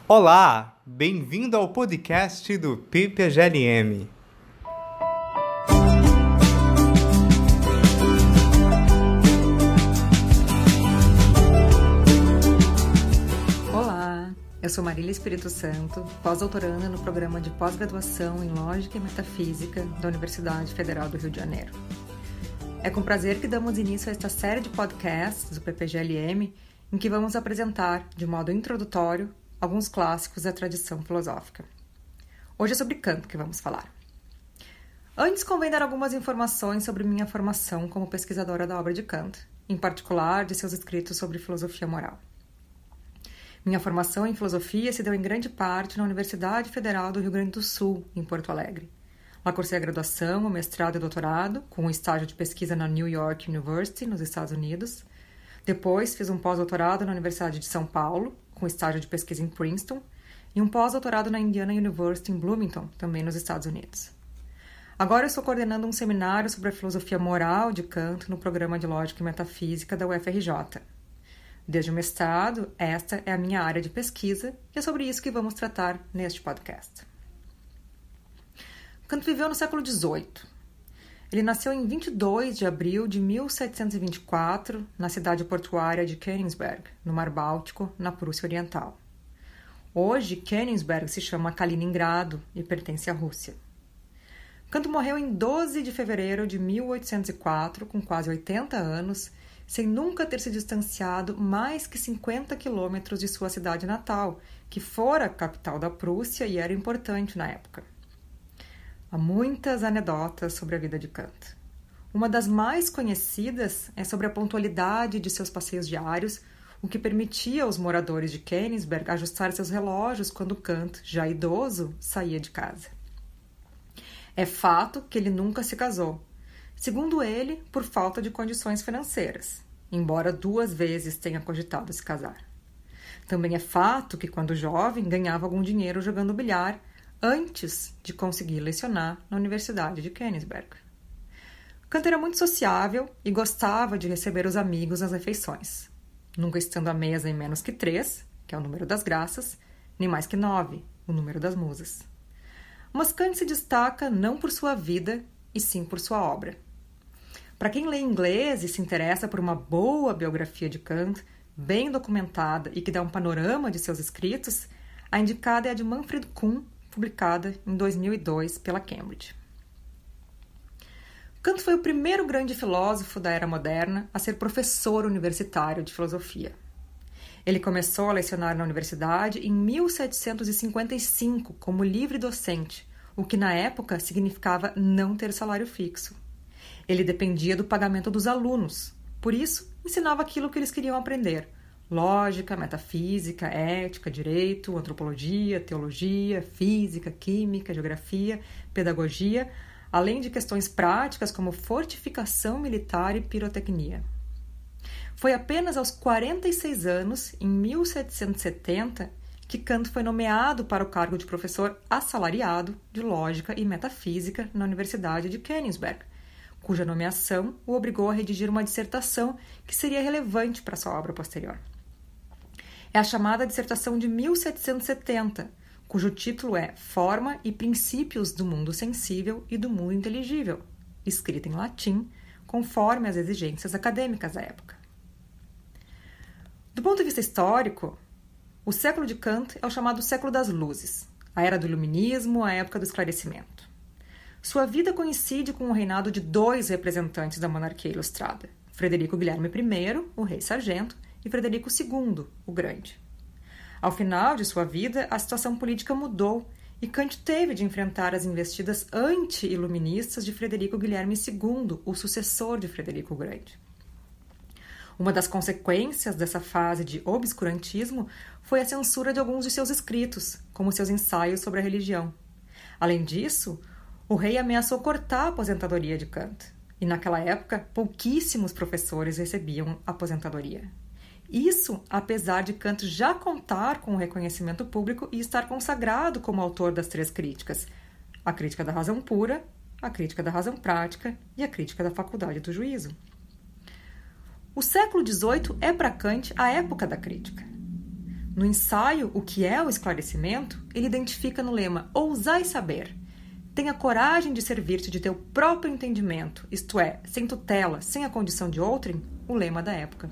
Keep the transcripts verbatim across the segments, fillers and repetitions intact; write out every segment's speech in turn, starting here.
Olá, bem-vindo ao podcast do P P G L M. Olá, eu sou Marília Espírito Santo, pós-doutoranda no programa de pós-graduação em Lógica e Metafísica da Universidade Federal do Rio de Janeiro. É com prazer que damos início a esta série de podcasts do P P G L M, em que vamos apresentar, de modo introdutório, alguns clássicos da tradição filosófica. Hoje é sobre Kant que vamos falar. Antes, convém dar algumas informações sobre minha formação como pesquisadora da obra de Kant, em particular de seus escritos sobre filosofia moral. Minha formação em filosofia se deu em grande parte na Universidade Federal do Rio Grande do Sul, em Porto Alegre. Lá cursei a graduação, o mestrado e o doutorado, com um estágio de pesquisa na New York University, nos Estados Unidos. Depois, fiz um pós-doutorado na Universidade de São Paulo, com estágio de pesquisa em Princeton, e um pós-doutorado na Indiana University em Bloomington, também nos Estados Unidos. Agora eu estou coordenando um seminário sobre a filosofia moral de Kant no programa de Lógica e Metafísica da U F R J. Desde o mestrado, esta é a minha área de pesquisa e é sobre isso que vamos tratar neste podcast. Kant viveu no século dezoito. Ele nasceu em vinte e dois de abril de mil setecentos e vinte e quatro, na cidade portuária de Königsberg, no Mar Báltico, na Prússia Oriental. Hoje, Königsberg se chama Kaliningrado e pertence à Rússia. Kant morreu em doze de fevereiro de mil oitocentos e quatro, com quase oitenta anos, sem nunca ter se distanciado mais que cinquenta quilômetros de sua cidade natal, que fora a capital da Prússia e era importante na época. Há muitas anedotas sobre a vida de Kant. Uma das mais conhecidas é sobre a pontualidade de seus passeios diários, o que permitia aos moradores de Königsberg ajustar seus relógios quando Kant, já idoso, saía de casa. É fato que ele nunca se casou, segundo ele, por falta de condições financeiras, embora duas vezes tenha cogitado se casar. Também é fato que, quando jovem, ganhava algum dinheiro jogando bilhar, antes de conseguir lecionar na Universidade de Königsberg. Kant era muito sociável e gostava de receber os amigos nas refeições, nunca estando à mesa em menos que três, que é o número das graças, nem mais que nove, o número das musas. Mas Kant se destaca não por sua vida, e sim por sua obra. Para quem lê inglês e se interessa por uma boa biografia de Kant, bem documentada e que dá um panorama de seus escritos, a indicada é a de Manfred Kuhn, publicada em dois mil e dois pela Cambridge. Kant foi o primeiro grande filósofo da era moderna a ser professor universitário de filosofia. Ele começou a lecionar na universidade em mil setecentos e cinquenta e cinco como livre docente, o que na época significava não ter salário fixo. Ele dependia do pagamento dos alunos, por isso ensinava aquilo que eles queriam aprender: lógica, metafísica, ética, direito, antropologia, teologia, física, química, geografia, pedagogia, além de questões práticas como fortificação militar e pirotecnia. Foi apenas aos quarenta e seis anos, em mil setecentos e setenta, que Kant foi nomeado para o cargo de professor assalariado de lógica e metafísica na Universidade de Königsberg, cuja nomeação o obrigou a redigir uma dissertação que seria relevante para sua obra posterior. É a chamada dissertação de mil setecentos e setenta, cujo título é Forma e Princípios do Mundo Sensível e do Mundo Inteligível, escrita em latim, conforme as exigências acadêmicas da época. Do ponto de vista histórico, o século de Kant é o chamado século das luzes, a era do iluminismo, a época do esclarecimento. Sua vida coincide com o reinado de dois representantes da monarquia ilustrada, Frederico Guilherme I, o rei sargento, e Frederico segundo, o Grande. Ao final de sua vida, a situação política mudou e Kant teve de enfrentar as investidas anti-iluministas de Frederico Guilherme segundo, o sucessor de Frederico o Grande. Uma das consequências dessa fase de obscurantismo foi a censura de alguns de seus escritos, como seus ensaios sobre a religião. Além disso, o rei ameaçou cortar a aposentadoria de Kant, e naquela época pouquíssimos professores recebiam aposentadoria. Isso apesar de Kant já contar com o reconhecimento público e estar consagrado como autor das três críticas: a crítica da razão pura, a crítica da razão prática e a crítica da faculdade do juízo. O século dezoito é para Kant a época da crítica. No ensaio O que é o esclarecimento, ele identifica no lema Ousai saber. Tenha coragem de servir-te de teu próprio entendimento, isto é, sem tutela, sem a condição de outrem, o lema da época.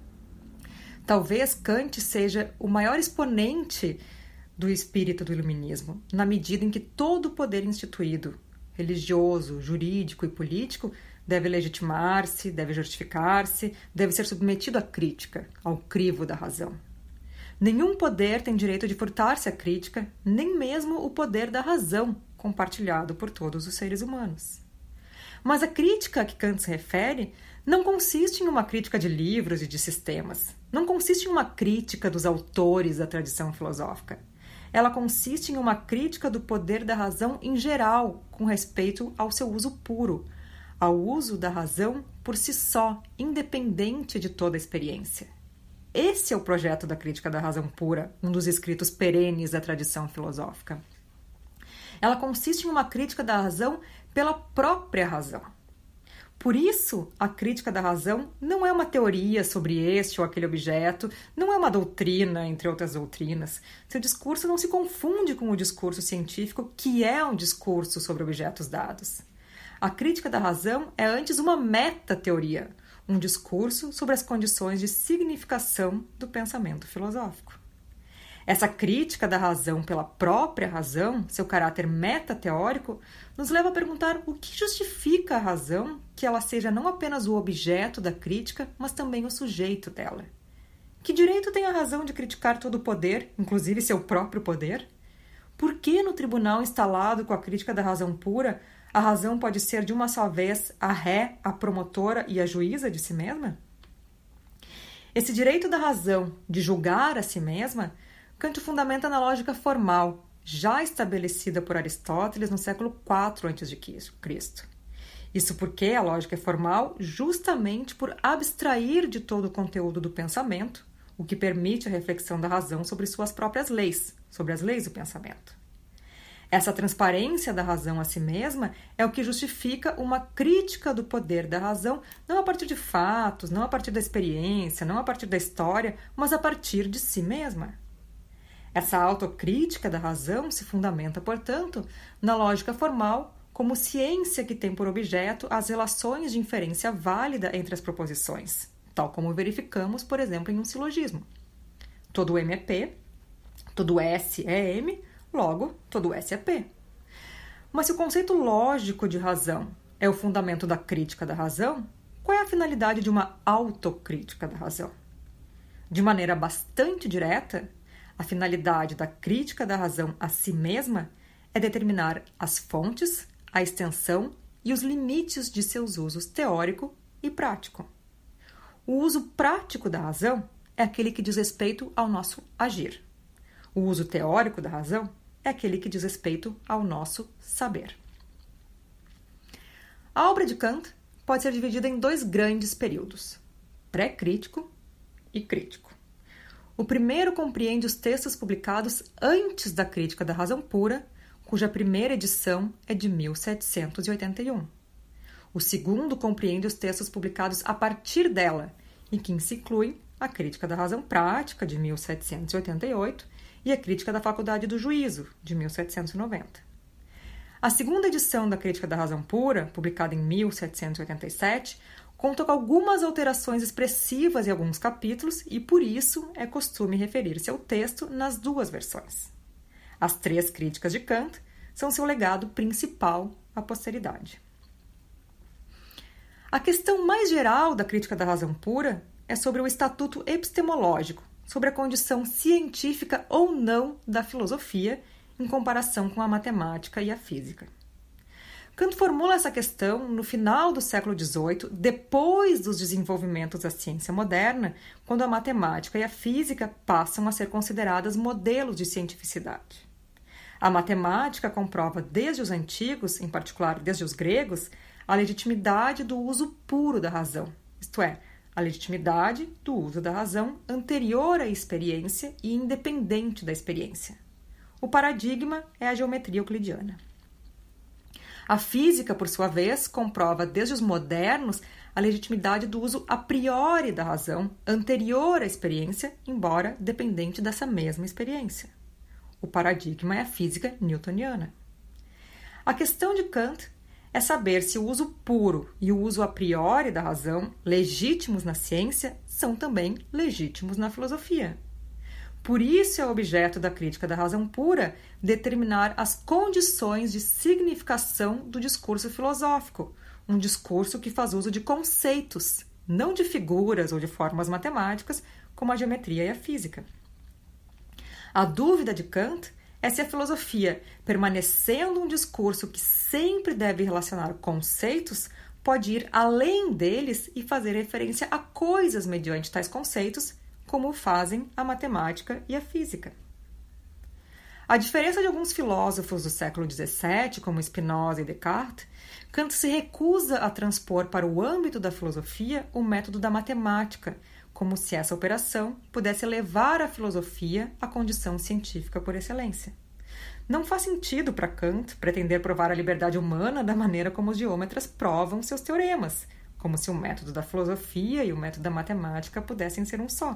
Talvez Kant seja o maior exponente do espírito do iluminismo, na medida em que todo o poder instituído, religioso, jurídico e político, deve legitimar-se, deve justificar-se, deve ser submetido à crítica, ao crivo da razão. Nenhum poder tem direito de furtar-se à crítica, nem mesmo o poder da razão, compartilhado por todos os seres humanos. Mas a crítica a que Kant se refere não consiste em uma crítica de livros e de sistemas, não consiste em uma crítica dos autores da tradição filosófica. Ela consiste em uma crítica do poder da razão em geral, com respeito ao seu uso puro, ao uso da razão por si só, independente de toda a experiência. Esse é o projeto da crítica da razão pura, um dos escritos perenes da tradição filosófica. Ela consiste em uma crítica da razão pela própria razão. Por isso, a crítica da razão não é uma teoria sobre este ou aquele objeto, não é uma doutrina, entre outras doutrinas. Seu discurso não se confunde com o discurso científico, que é um discurso sobre objetos dados. A crítica da razão é antes uma meta-teoria, um discurso sobre as condições de significação do pensamento filosófico. Essa crítica da razão pela própria razão, seu caráter metateórico, nos leva a perguntar o que justifica a razão que ela seja não apenas o objeto da crítica, mas também o sujeito dela. Que direito tem a razão de criticar todo o poder, inclusive seu próprio poder? Por que no tribunal instalado com a crítica da razão pura, a razão pode ser de uma só vez a ré, a promotora e a juíza de si mesma? Esse direito da razão de julgar a si mesma Kant fundamenta na lógica formal, já estabelecida por Aristóteles no século quatro antes de Cristo. Isso porque a lógica é formal justamente por abstrair de todo o conteúdo do pensamento, o que permite a reflexão da razão sobre suas próprias leis, sobre as leis do pensamento. Essa transparência da razão a si mesma é o que justifica uma crítica do poder da razão, não a partir de fatos, não a partir da experiência, não a partir da história, mas a partir de si mesma. Essa autocrítica da razão se fundamenta, portanto, na lógica formal como ciência que tem por objeto as relações de inferência válida entre as proposições, tal como verificamos, por exemplo, em um silogismo. Todo M é P, todo S é M, logo, todo S é P. Mas se o conceito lógico de razão é o fundamento da crítica da razão, qual é a finalidade de uma autocrítica da razão? De maneira bastante direta, a finalidade da crítica da razão a si mesma é determinar as fontes, a extensão e os limites de seus usos teórico e prático. O uso prático da razão é aquele que diz respeito ao nosso agir. O uso teórico da razão é aquele que diz respeito ao nosso saber. A obra de Kant pode ser dividida em dois grandes períodos, pré-crítico e crítico. O primeiro compreende os textos publicados antes da crítica da razão pura, cuja primeira edição é de mil setecentos e oitenta e um. O segundo compreende os textos publicados a partir dela, em que se inclui a crítica da razão prática, de mil setecentos e oitenta e oito, e a crítica da faculdade do juízo, de mil setecentos e noventa. A segunda edição da crítica da razão pura, publicada em mil setecentos e oitenta e sete, conta com algumas alterações expressivas em alguns capítulos e, por isso, é costume referir-se ao texto nas duas versões. As três críticas de Kant são seu legado principal à posteridade. A questão mais geral da crítica da razão pura é sobre o estatuto epistemológico, sobre a condição científica ou não da filosofia em comparação com a matemática e a física. Kant formula essa questão no final do século dezoito, depois dos desenvolvimentos da ciência moderna, quando a matemática e a física passam a ser consideradas modelos de cientificidade. A matemática comprova desde os antigos, em particular desde os gregos, a legitimidade do uso puro da razão, isto é, a legitimidade do uso da razão anterior à experiência e independente da experiência. O paradigma é a geometria euclidiana. A física, por sua vez, comprova desde os modernos a legitimidade do uso a priori da razão, anterior à experiência, embora dependente dessa mesma experiência. O paradigma é a física newtoniana. A questão de Kant é saber se o uso puro e o uso a priori da razão, legítimos na ciência, são também legítimos na filosofia. Por isso é objeto da crítica da razão pura determinar as condições de significação do discurso filosófico, um discurso que faz uso de conceitos, não de figuras ou de formas matemáticas, como a geometria e a física. A dúvida de Kant é se a filosofia, permanecendo um discurso que sempre deve relacionar conceitos, pode ir além deles e fazer referência a coisas mediante tais conceitos, como fazem a matemática e a física. A diferença de alguns filósofos do século dezessete, como Spinoza e Descartes, Kant se recusa a transpor para o âmbito da filosofia o método da matemática, como se essa operação pudesse levar a filosofia à condição científica por excelência. Não faz sentido para Kant pretender provar a liberdade humana da maneira como os geômetras provam seus teoremas, como se o método da filosofia e o método da matemática pudessem ser um só.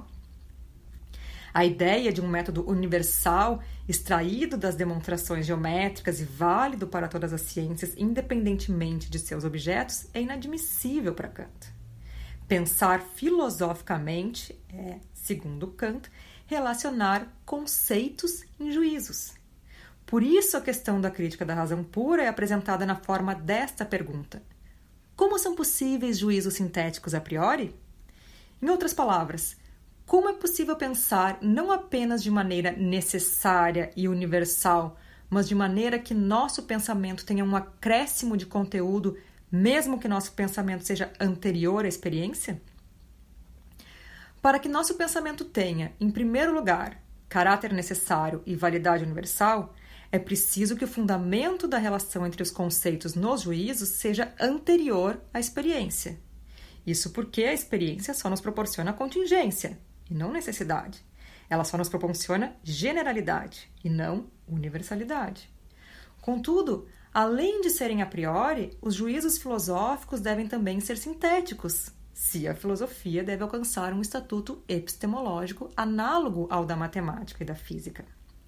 A ideia de um método universal, extraído das demonstrações geométricas e válido para todas as ciências, independentemente de seus objetos, é inadmissível para Kant. Pensar filosoficamente é, segundo Kant, relacionar conceitos em juízos. Por isso a questão da crítica da razão pura é apresentada na forma desta pergunta: como são possíveis juízos sintéticos a priori? Em outras palavras, como é possível pensar não apenas de maneira necessária e universal, mas de maneira que nosso pensamento tenha um acréscimo de conteúdo, mesmo que nosso pensamento seja anterior à experiência? Para que nosso pensamento tenha, em primeiro lugar, caráter necessário e validade universal, é preciso que o fundamento da relação entre os conceitos nos juízos seja anterior à experiência. Isso porque a experiência só nos proporciona contingência, e não necessidade. Ela só nos proporciona generalidade, e não universalidade. Contudo, além de serem a priori, os juízos filosóficos devem também ser sintéticos, se a filosofia deve alcançar um estatuto epistemológico análogo ao da matemática e da física.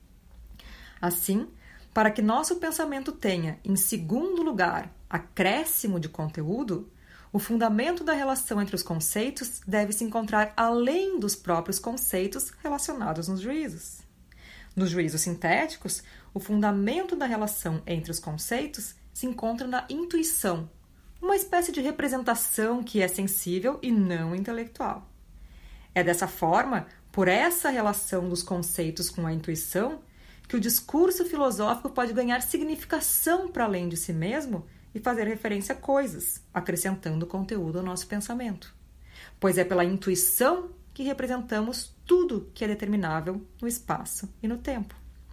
Assim, para que nosso pensamento tenha, em segundo lugar, acréscimo de conteúdo, o fundamento da relação entre os conceitos deve se encontrar além dos próprios conceitos relacionados nos juízos. Nos juízos sintéticos, o fundamento da relação entre os conceitos se encontra na intuição, uma espécie de representação que é sensível e não intelectual. É dessa forma, por essa relação dos conceitos com a intuição, que o discurso filosófico pode ganhar significação para além de si mesmo e fazer referência a coisas, acrescentando conteúdo ao nosso pensamento. Pois é pela intuição que representamos tudo que é determinável no espaço e no tempo.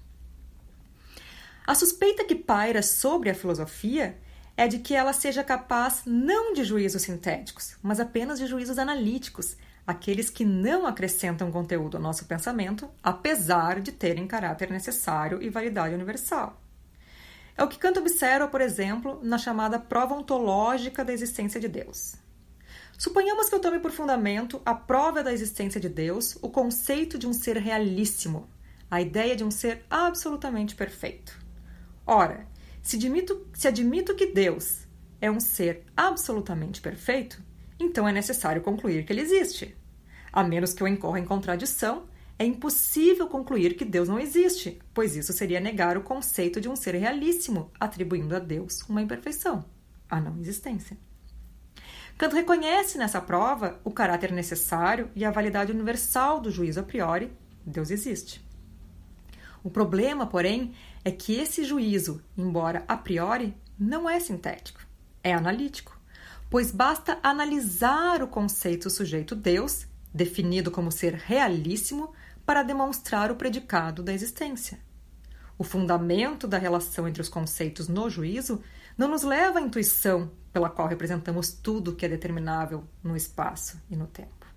A suspeita que paira sobre a filosofia é de que ela seja capaz não de juízos sintéticos, mas apenas de juízos analíticos, aqueles que não acrescentam conteúdo ao nosso pensamento, apesar de terem caráter necessário e validade universal. É o que Kant observa, por exemplo, na chamada prova ontológica da existência de Deus. Suponhamos que eu tome por fundamento a prova da existência de Deus, o conceito de um ser realíssimo, a ideia de um ser absolutamente perfeito. Ora, se admito, se admito que Deus é um ser absolutamente perfeito, então é necessário concluir que ele existe. A menos que eu incorra em contradição, é impossível concluir que Deus não existe, pois isso seria negar o conceito de um ser realíssimo, atribuindo a Deus uma imperfeição, a não existência. Kant reconhece nessa prova o caráter necessário e a validade universal do juízo a priori: Deus existe. O problema, porém, é que esse juízo, embora a priori, não é sintético, é analítico, pois basta analisar o conceito sujeito Deus, definido como ser realíssimo, para demonstrar o predicado da existência. O fundamento da relação entre os conceitos no juízo não nos leva à intuição pela qual representamos tudo que é determinável no espaço e no tempo.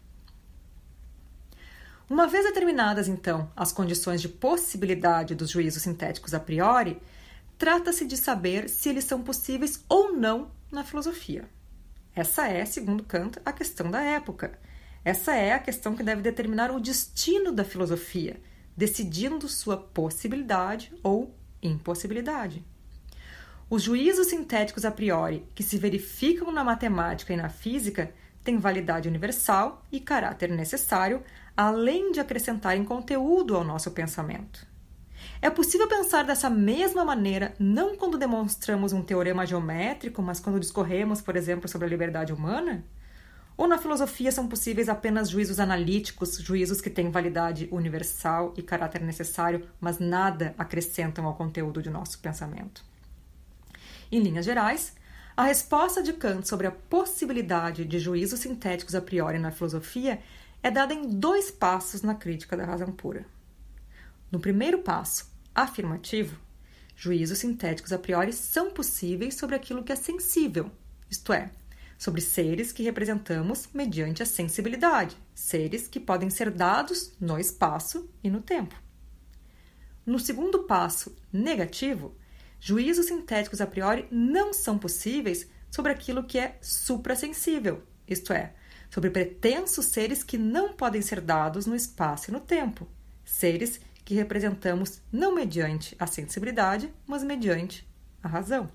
Uma vez determinadas, então, as condições de possibilidade dos juízos sintéticos a priori, trata-se de saber se eles são possíveis ou não na filosofia. Essa é, segundo Kant, a questão da época. Essa é a questão que deve determinar o destino da filosofia, decidindo sua possibilidade ou impossibilidade. Os juízos sintéticos a priori, que se verificam na matemática e na física, têm validade universal e caráter necessário, além de acrescentarem conteúdo ao nosso pensamento. É possível pensar dessa mesma maneira não quando demonstramos um teorema geométrico, mas quando discorremos, por exemplo, sobre a liberdade humana? Ou na filosofia são possíveis apenas juízos analíticos, juízos que têm validade universal e caráter necessário, mas nada acrescentam ao conteúdo de nosso pensamento? Em linhas gerais, a resposta de Kant sobre a possibilidade de juízos sintéticos a priori na filosofia é dada em dois passos na crítica da razão pura. No primeiro passo, afirmativo, juízos sintéticos a priori são possíveis sobre aquilo que é sensível, isto é, sobre seres que representamos mediante a sensibilidade, seres que podem ser dados no espaço e no tempo. No segundo passo, negativo, juízos sintéticos a priori não são possíveis sobre aquilo que é suprassensível, isto é, sobre pretensos seres que não podem ser dados no espaço e no tempo, seres que representamos não mediante a sensibilidade, mas mediante a razão.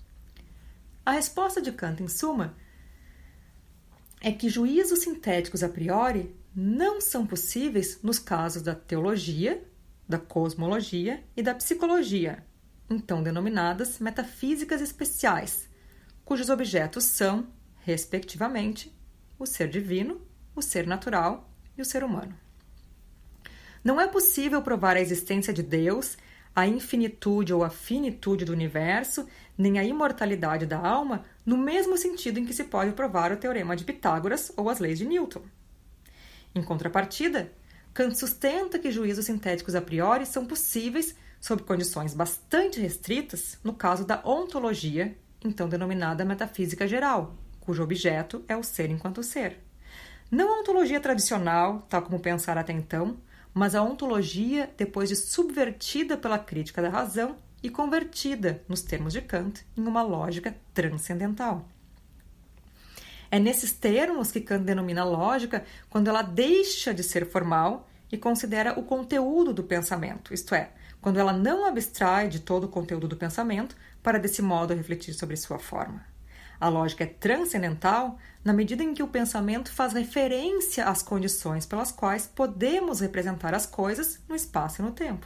A resposta de Kant, em suma, é que juízos sintéticos a priori não são possíveis nos casos da teologia, da cosmologia e da psicologia, então denominadas metafísicas especiais, cujos objetos são, respectivamente, o ser divino, o ser natural e o ser humano. Não é possível provar a existência de Deus, a infinitude ou a finitude do universo, nem a imortalidade da alma, no mesmo sentido em que se pode provar o teorema de Pitágoras ou as leis de Newton. Em contrapartida, Kant sustenta que juízos sintéticos a priori são possíveis sob condições bastante restritas no caso da ontologia, então denominada metafísica geral, cujo objeto é o ser enquanto ser. Não a ontologia tradicional, tal como pensara até então, mas a ontologia depois de subvertida pela crítica da razão e convertida, nos termos de Kant, em uma lógica transcendental. É nesses termos que Kant denomina lógica quando ela deixa de ser formal e considera o conteúdo do pensamento, isto é, quando ela não abstrai de todo o conteúdo do pensamento para desse modo refletir sobre sua forma. A lógica é transcendental na medida em que o pensamento faz referência às condições pelas quais podemos representar as coisas no espaço e no tempo.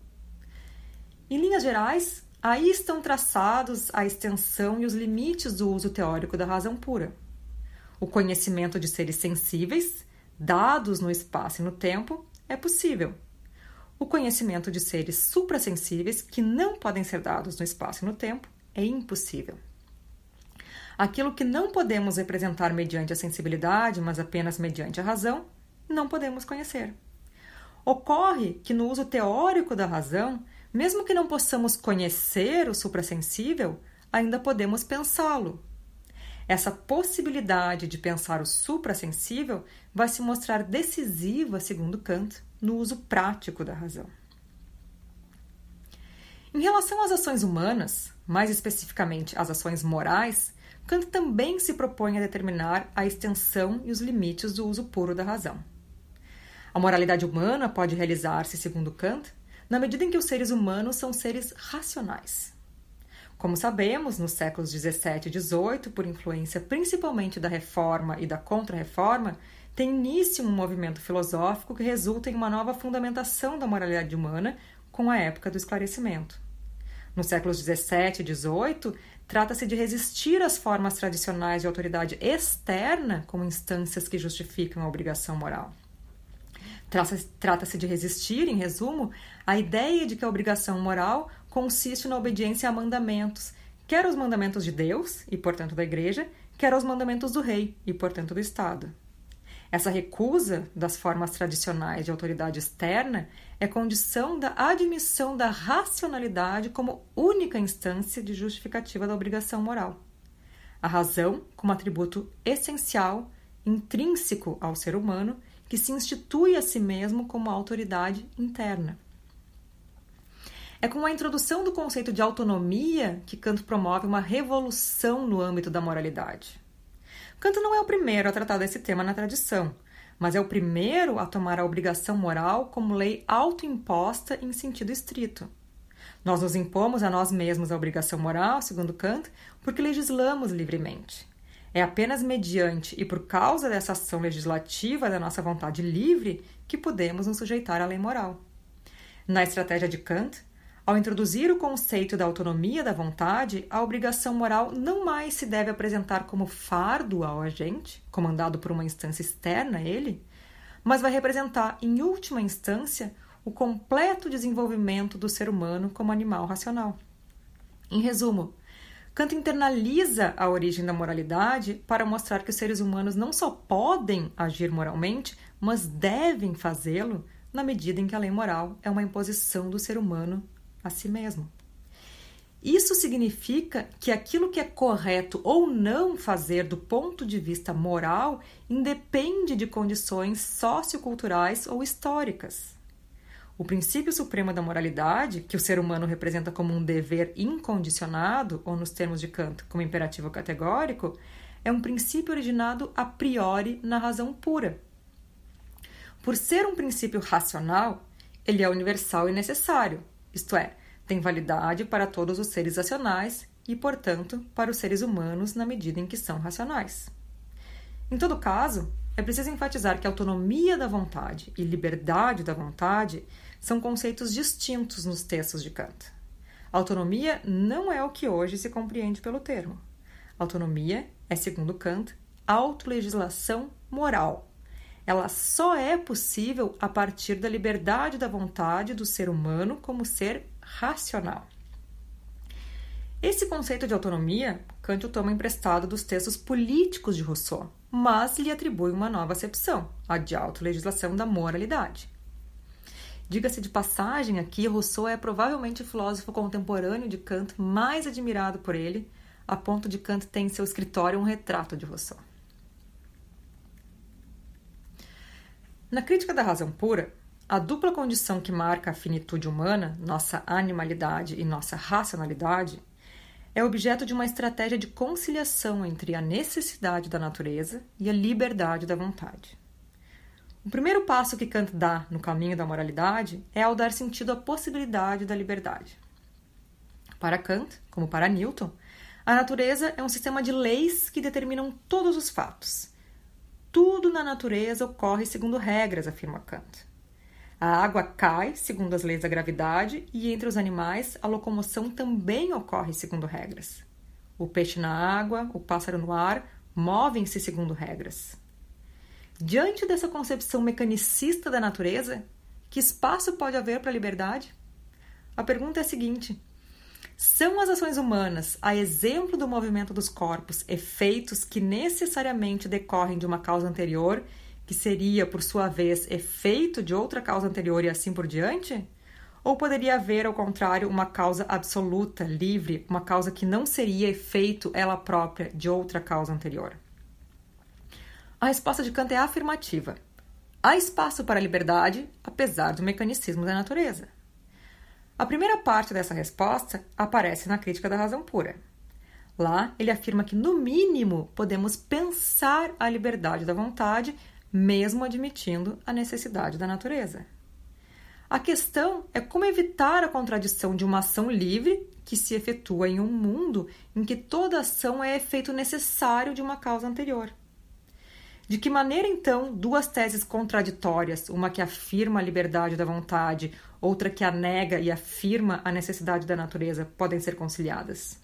Em linhas gerais, aí estão traçados a extensão e os limites do uso teórico da razão pura. O conhecimento de seres sensíveis, dados no espaço e no tempo, é possível. O conhecimento de seres suprassensíveis, que não podem ser dados no espaço e no tempo, é impossível. Aquilo que não podemos representar mediante a sensibilidade, mas apenas mediante a razão, não podemos conhecer. Ocorre que no uso teórico da razão, mesmo que não possamos conhecer o suprassensível, ainda podemos pensá-lo. Essa possibilidade de pensar o suprassensível vai se mostrar decisiva, segundo Kant, no uso prático da razão. Em relação às ações humanas, mais especificamente às ações morais, Kant também se propõe a determinar a extensão e os limites do uso puro da razão. A moralidade humana pode realizar-se, segundo Kant, na medida em que os seres humanos são seres racionais. Como sabemos, nos séculos dezessete e dezoito, por influência principalmente da Reforma e da Contra-Reforma, tem início um movimento filosófico que resulta em uma nova fundamentação da moralidade humana com a época do Esclarecimento. Nos séculos dezessete e dezoito, trata-se de resistir às formas tradicionais de autoridade externa como instâncias que justificam a obrigação moral. Trata-se de resistir, em resumo, à ideia de que a obrigação moral consiste na obediência a mandamentos, quer os mandamentos de Deus, e portanto da Igreja, quer aos mandamentos do rei, e portanto do Estado. Essa recusa das formas tradicionais de autoridade externa é condição da admissão da racionalidade como única instância de justificativa da obrigação moral. A razão como atributo essencial, intrínseco ao ser humano, que se institui a si mesmo como autoridade interna. É com a introdução do conceito de autonomia que Kant promove uma revolução no âmbito da moralidade. Kant não é o primeiro a tratar desse tema na tradição, mas é o primeiro a tomar a obrigação moral como lei autoimposta em sentido estrito. Nós nos impomos a nós mesmos a obrigação moral, segundo Kant, porque legislamos livremente. É apenas mediante e por causa dessa ação legislativa da nossa vontade livre que podemos nos sujeitar à lei moral. Na estratégia de Kant, ao introduzir o conceito da autonomia da vontade, a obrigação moral não mais se deve apresentar como fardo ao agente, comandado por uma instância externa a ele, mas vai representar, em última instância, o completo desenvolvimento do ser humano como animal racional. Em resumo, Kant internaliza a origem da moralidade para mostrar que os seres humanos não só podem agir moralmente, mas devem fazê-lo na medida em que a lei moral é uma imposição do ser humano a si mesmo. Isso significa que aquilo que é correto ou não fazer do ponto de vista moral independe de condições socioculturais ou históricas. O princípio supremo da moralidade, que o ser humano representa como um dever incondicionado, ou nos termos de Kant, como imperativo categórico, é um princípio originado a priori na razão pura. Por ser um princípio racional, ele é universal e necessário, isto é, tem validade para todos os seres racionais e, portanto, para os seres humanos na medida em que são racionais. Em todo caso, é preciso enfatizar que autonomia da vontade e liberdade da vontade são conceitos distintos nos textos de Kant. Autonomia não é o que hoje se compreende pelo termo. Autonomia é, segundo Kant, autolegislação moral. Ela só é possível a partir da liberdade da vontade do ser humano como ser racional. Esse conceito de autonomia, Kant o toma emprestado dos textos políticos de Rousseau, mas lhe atribui uma nova acepção, a de autolegislação da moralidade. Diga-se de passagem aqui, Rousseau é provavelmente o filósofo contemporâneo de Kant mais admirado por ele, a ponto de Kant ter em seu escritório um retrato de Rousseau. Na crítica da razão pura, a dupla condição que marca a finitude humana, nossa animalidade e nossa racionalidade, é objeto de uma estratégia de conciliação entre a necessidade da natureza e a liberdade da vontade. O primeiro passo que Kant dá no caminho da moralidade é ao dar sentido à possibilidade da liberdade. Para Kant, como para Newton, a natureza é um sistema de leis que determinam todos os fatos. Tudo na natureza ocorre segundo regras, afirma Kant. A água cai segundo as leis da gravidade e entre os animais a locomoção também ocorre segundo regras. O peixe na água, o pássaro no ar, movem-se segundo regras. Diante dessa concepção mecanicista da natureza, que espaço pode haver para a liberdade? A pergunta é a seguinte: são as ações humanas, a exemplo do movimento dos corpos, efeitos que necessariamente decorrem de uma causa anterior, que seria, por sua vez, efeito de outra causa anterior e assim por diante? Ou poderia haver, ao contrário, uma causa absoluta, livre, uma causa que não seria efeito ela própria de outra causa anterior? A resposta de Kant é afirmativa. Há espaço para a liberdade, apesar do mecanicismo da natureza. A primeira parte dessa resposta aparece na Crítica da Razão Pura. Lá, ele afirma que, no mínimo, podemos pensar a liberdade da vontade, mesmo admitindo a necessidade da natureza. A questão é como evitar a contradição de uma ação livre que se efetua em um mundo em que toda ação é efeito necessário de uma causa anterior. De que maneira, então, duas teses contraditórias, uma que afirma a liberdade da vontade, outra que a nega e afirma a necessidade da natureza, podem ser conciliadas?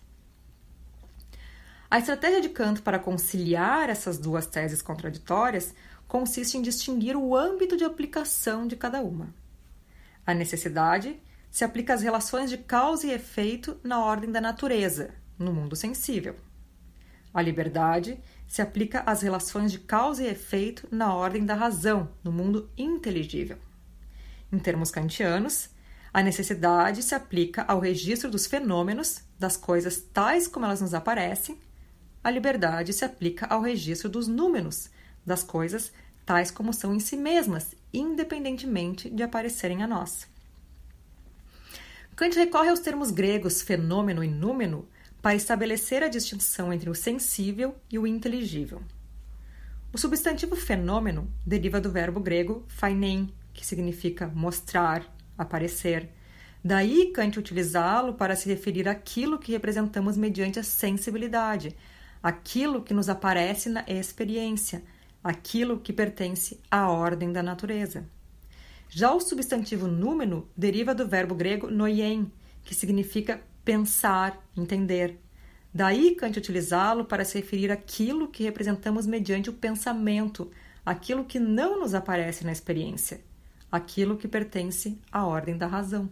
A estratégia de Kant para conciliar essas duas teses contraditórias consiste em distinguir o âmbito de aplicação de cada uma. A necessidade se aplica às relações de causa e efeito na ordem da natureza, no mundo sensível. A liberdade se aplica às relações de causa e efeito na ordem da razão, no mundo inteligível. Em termos kantianos, a necessidade se aplica ao registro dos fenômenos, das coisas tais como elas nos aparecem. A liberdade se aplica ao registro dos números, das coisas tais como são em si mesmas, independentemente de aparecerem a nós. Kant recorre aos termos gregos fenômeno e númeno para estabelecer a distinção entre o sensível e o inteligível. O substantivo fenômeno deriva do verbo grego phainein, que significa mostrar, aparecer. Daí Kant utilizá-lo para se referir àquilo que representamos mediante a sensibilidade, aquilo que nos aparece na experiência, aquilo que pertence à ordem da natureza. Já o substantivo númeno deriva do verbo grego noien, que significa pensar, entender. Daí Kant utilizá-lo para se referir àquilo que representamos mediante o pensamento, aquilo que não nos aparece na experiência, aquilo que pertence à ordem da razão.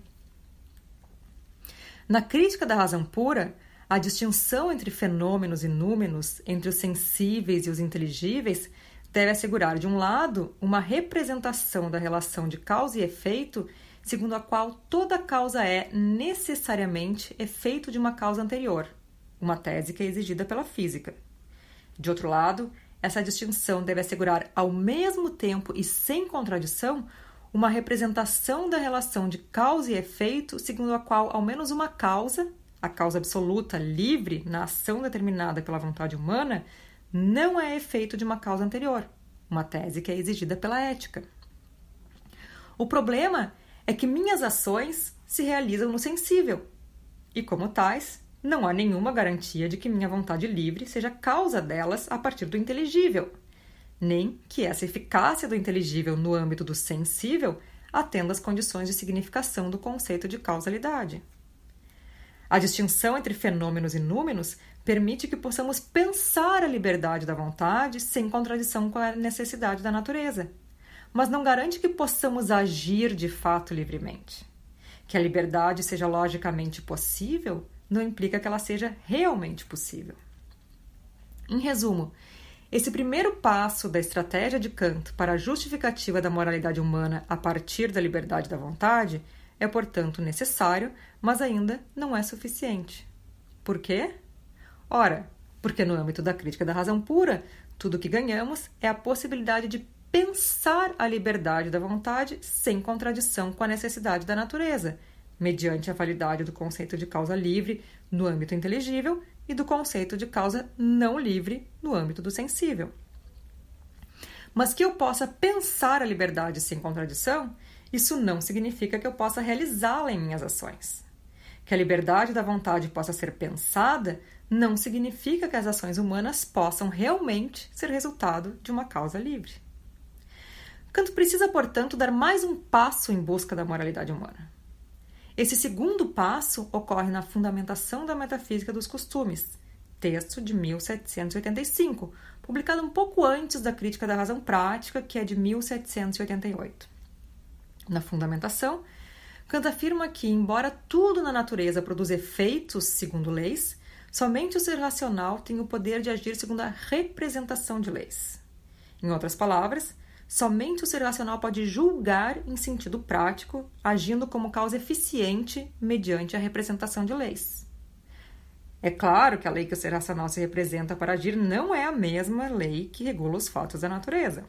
Na crítica da razão pura, a distinção entre fenômenos e númenos, entre os sensíveis e os inteligíveis, deve assegurar, de um lado, uma representação da relação de causa e efeito, segundo a qual toda causa é, necessariamente, efeito de uma causa anterior, uma tese que é exigida pela física. De outro lado, essa distinção deve assegurar, ao mesmo tempo e sem contradição, uma representação da relação de causa e efeito, segundo a qual ao menos uma causa, a causa absoluta, livre, na ação determinada pela vontade humana, não é efeito de uma causa anterior, uma tese que é exigida pela ética. O problema é que minhas ações se realizam no sensível, e como tais, não há nenhuma garantia de que minha vontade livre seja causa delas a partir do inteligível, nem que essa eficácia do inteligível no âmbito do sensível atenda às condições de significação do conceito de causalidade. A distinção entre fenômenos e númenos permite que possamos pensar a liberdade da vontade sem contradição com a necessidade da natureza, mas não garante que possamos agir de fato livremente. Que a liberdade seja logicamente possível não implica que ela seja realmente possível. Em resumo, esse primeiro passo da estratégia de Kant para a justificativa da moralidade humana a partir da liberdade da vontade é, portanto, necessário, mas ainda não é suficiente. Por quê? Ora, porque no âmbito da crítica da razão pura, tudo o que ganhamos é a possibilidade de pensar a liberdade da vontade sem contradição com a necessidade da natureza, mediante a validade do conceito de causa livre no âmbito inteligível e do conceito de causa não livre no âmbito do sensível. Mas que eu possa pensar a liberdade sem contradição, isso não significa que eu possa realizá-la em minhas ações. Que a liberdade da vontade possa ser pensada não significa que as ações humanas possam realmente ser resultado de uma causa livre. Kant precisa, portanto, dar mais um passo em busca da moralidade humana. Esse segundo passo ocorre na Fundamentação da Metafísica dos Costumes, texto de mil setecentos e oitenta e cinco, publicado um pouco antes da Crítica da Razão Prática, que é de mil setecentos e oitenta e oito. Na Fundamentação, Kant afirma que, embora tudo na natureza produza efeitos segundo leis, somente o ser racional tem o poder de agir segundo a representação de leis. Em outras palavras, somente o ser racional pode julgar em sentido prático, agindo como causa eficiente mediante a representação de leis. É claro que a lei que o ser racional se representa para agir não é a mesma lei que regula os fatos da natureza.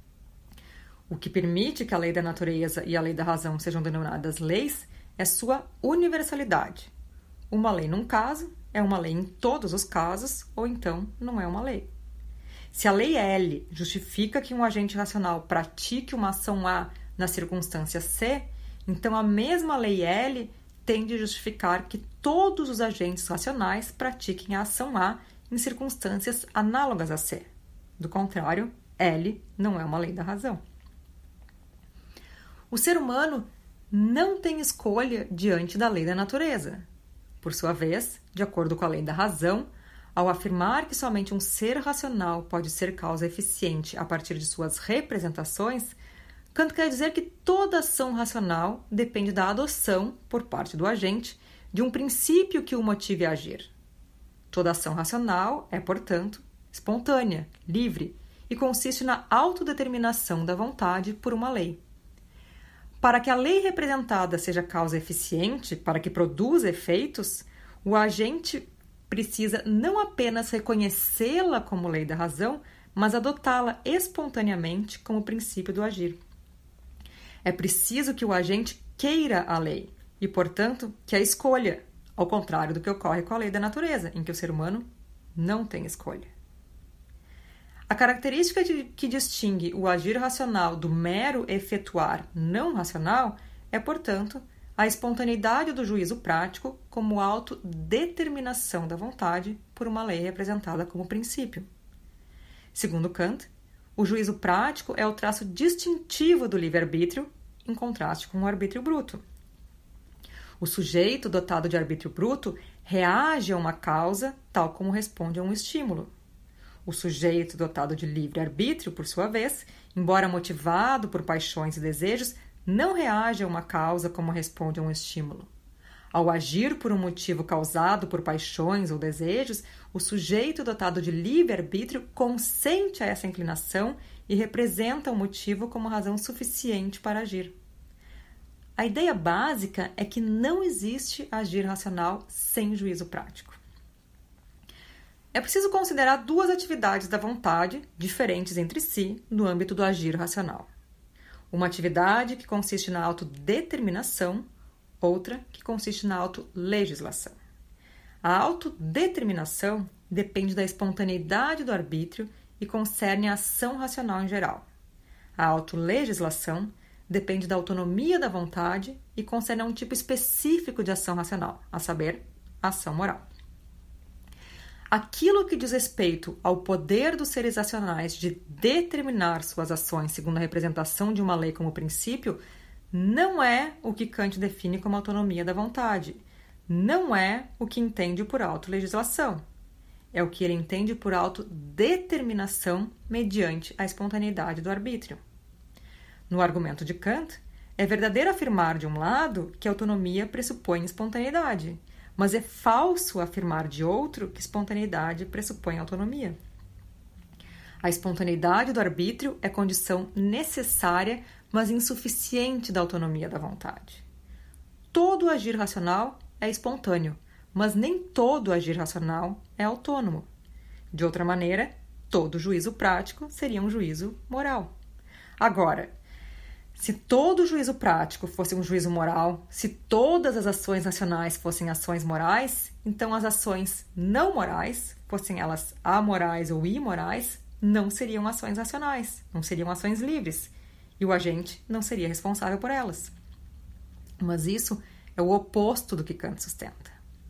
O que permite que a lei da natureza e a lei da razão sejam denominadas leis é sua universalidade. Uma lei num caso é uma lei em todos os casos, ou então não é uma lei. Se a lei L justifica que um agente racional pratique uma ação A na circunstância C, então a mesma lei L tem de justificar que todos os agentes racionais pratiquem a ação A em circunstâncias análogas a C. Do contrário, L não é uma lei da razão. O ser humano não tem escolha diante da lei da natureza. Por sua vez, de acordo com a lei da razão, ao afirmar que somente um ser racional pode ser causa eficiente a partir de suas representações, Kant quer dizer que toda ação racional depende da adoção, por parte do agente, de um princípio que o motive a agir. Toda ação racional é, portanto, espontânea, livre, e consiste na autodeterminação da vontade por uma lei. Para que a lei representada seja causa eficiente, para que produza efeitos, o agente precisa não apenas reconhecê-la como lei da razão, mas adotá-la espontaneamente como princípio do agir. É preciso que o agente queira a lei, e, portanto, que a escolha, ao contrário do que ocorre com a lei da natureza, em que o ser humano não tem escolha. A característica de, que distingue o agir racional do mero efetuar não racional é, portanto, a espontaneidade do juízo prático como autodeterminação da vontade por uma lei representada como princípio. Segundo Kant, o juízo prático é o traço distintivo do livre-arbítrio, em contraste com o arbítrio bruto. O sujeito dotado de arbítrio bruto reage a uma causa tal como responde a um estímulo. O sujeito dotado de livre-arbítrio, por sua vez, embora motivado por paixões e desejos, não reage a uma causa como responde a um estímulo. Ao agir por um motivo causado por paixões ou desejos, o sujeito dotado de livre-arbítrio consente a essa inclinação e representa o motivo como razão suficiente para agir. A ideia básica é que não existe agir racional sem juízo prático. É preciso considerar duas atividades da vontade, diferentes entre si, no âmbito do agir racional. Uma atividade que consiste na autodeterminação, outra que consiste na autolegislação. A autodeterminação depende da espontaneidade do arbítrio e concerne a ação racional em geral. A autolegislação depende da autonomia da vontade e concerne a um tipo específico de ação racional, a saber, a ação moral. Aquilo que diz respeito ao poder dos seres racionais de determinar suas ações segundo a representação de uma lei como princípio não é o que Kant define como autonomia da vontade, não é o que entende por autolegislação, é o que ele entende por autodeterminação mediante a espontaneidade do arbítrio. No argumento de Kant, é verdadeiro afirmar de um lado que a autonomia pressupõe espontaneidade, mas é falso afirmar de outro que espontaneidade pressupõe autonomia. A espontaneidade do arbítrio é condição necessária, mas insuficiente da autonomia da vontade. Todo agir racional é espontâneo, mas nem todo agir racional é autônomo. De outra maneira, todo juízo prático seria um juízo moral. Agora, se todo juízo prático fosse um juízo moral, se todas as ações racionais fossem ações morais, então as ações não morais, fossem elas amorais ou imorais, não seriam ações racionais, não seriam ações livres, e o agente não seria responsável por elas. Mas isso é o oposto do que Kant sustenta.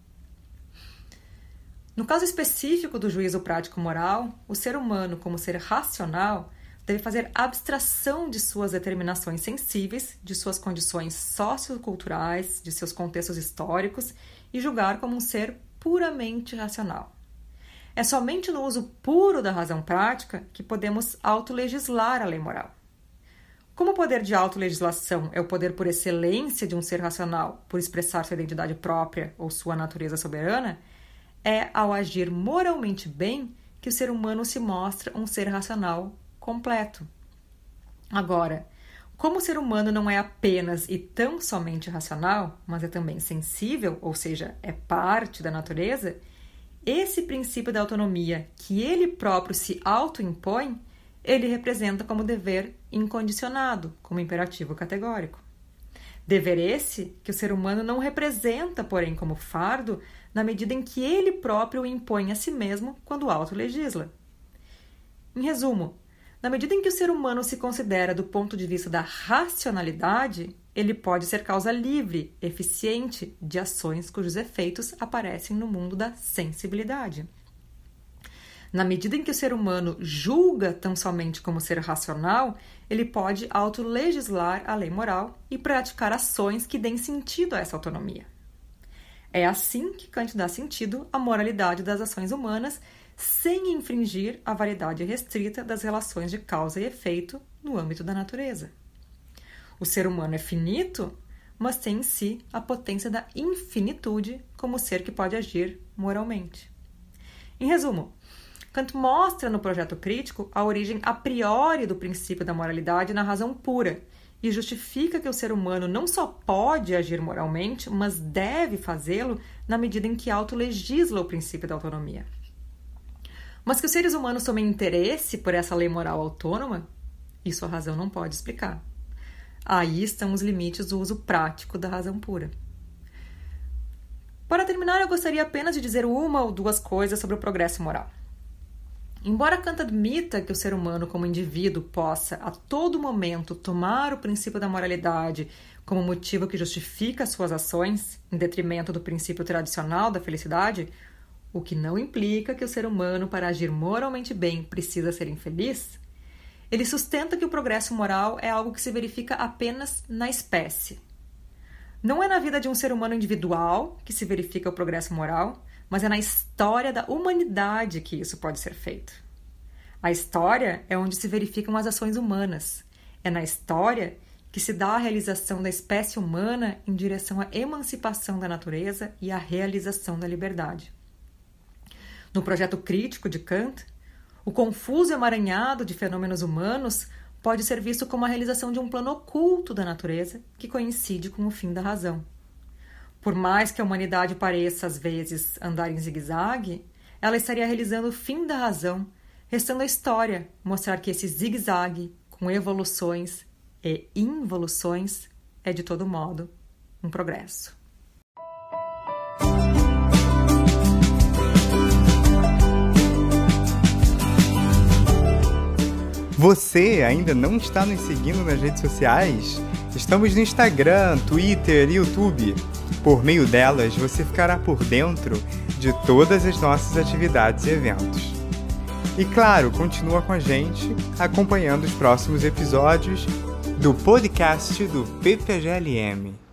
No caso específico do juízo prático moral, o ser humano, como ser racional, deve fazer abstração de suas determinações sensíveis, de suas condições socioculturais, de seus contextos históricos e julgar como um ser puramente racional. É somente no uso puro da razão prática que podemos autolegislar a lei moral. Como o poder de autolegislação é o poder por excelência de um ser racional por expressar sua identidade própria ou sua natureza soberana, é ao agir moralmente bem que o ser humano se mostra um ser racional completo. Agora, como o ser humano não é apenas e tão somente racional, mas é também sensível, ou seja, é parte da natureza, esse princípio da autonomia que ele próprio se autoimpõe, ele representa como dever incondicionado, como imperativo categórico. Dever esse que o ser humano não representa, porém, como fardo, na medida em que ele próprio o impõe a si mesmo quando autolegisla. Em resumo, na medida em que o ser humano se considera do ponto de vista da racionalidade, ele pode ser causa livre, eficiente, de ações cujos efeitos aparecem no mundo da sensibilidade. Na medida em que o ser humano julga tão somente como ser racional, ele pode autolegislar a lei moral e praticar ações que deem sentido a essa autonomia. É assim que Kant dá sentido à moralidade das ações humanas, sem infringir a variedade restrita das relações de causa e efeito no âmbito da natureza. O ser humano é finito, mas tem em si a potência da infinitude como ser que pode agir moralmente. Em resumo, Kant mostra no projeto crítico a origem a priori do princípio da moralidade na razão pura e justifica que o ser humano não só pode agir moralmente, mas deve fazê-lo na medida em que autolegisla o princípio da autonomia. Mas que os seres humanos tomem interesse por essa lei moral autônoma, isso a razão não pode explicar. Aí estão os limites do uso prático da razão pura. Para terminar, eu gostaria apenas de dizer uma ou duas coisas sobre o progresso moral. Embora Kant admita que o ser humano como indivíduo possa a todo momento tomar o princípio da moralidade como motivo que justifica suas ações, em detrimento do princípio tradicional da felicidade, o que não implica que o ser humano, para agir moralmente bem, precisa ser infeliz, ele sustenta que o progresso moral é algo que se verifica apenas na espécie. Não é na vida de um ser humano individual que se verifica o progresso moral, mas é na história da humanidade que isso pode ser feito. A história é onde se verificam as ações humanas. É na história que se dá a realização da espécie humana em direção à emancipação da natureza e à realização da liberdade. No projeto crítico de Kant, o confuso emaranhado de fenômenos humanos pode ser visto como a realização de um plano oculto da natureza que coincide com o fim da razão. Por mais que a humanidade pareça, às vezes, andar em zigue-zague, ela estaria realizando o fim da razão, restando a história mostrar que esse zigue-zague, com evoluções e involuções, é, de todo modo, um progresso. Você ainda não está nos seguindo nas redes sociais? Estamos no Instagram, Twitter e YouTube. Por meio delas, você ficará por dentro de todas as nossas atividades e eventos. E claro, continua com a gente, acompanhando os próximos episódios do podcast do P P G L M.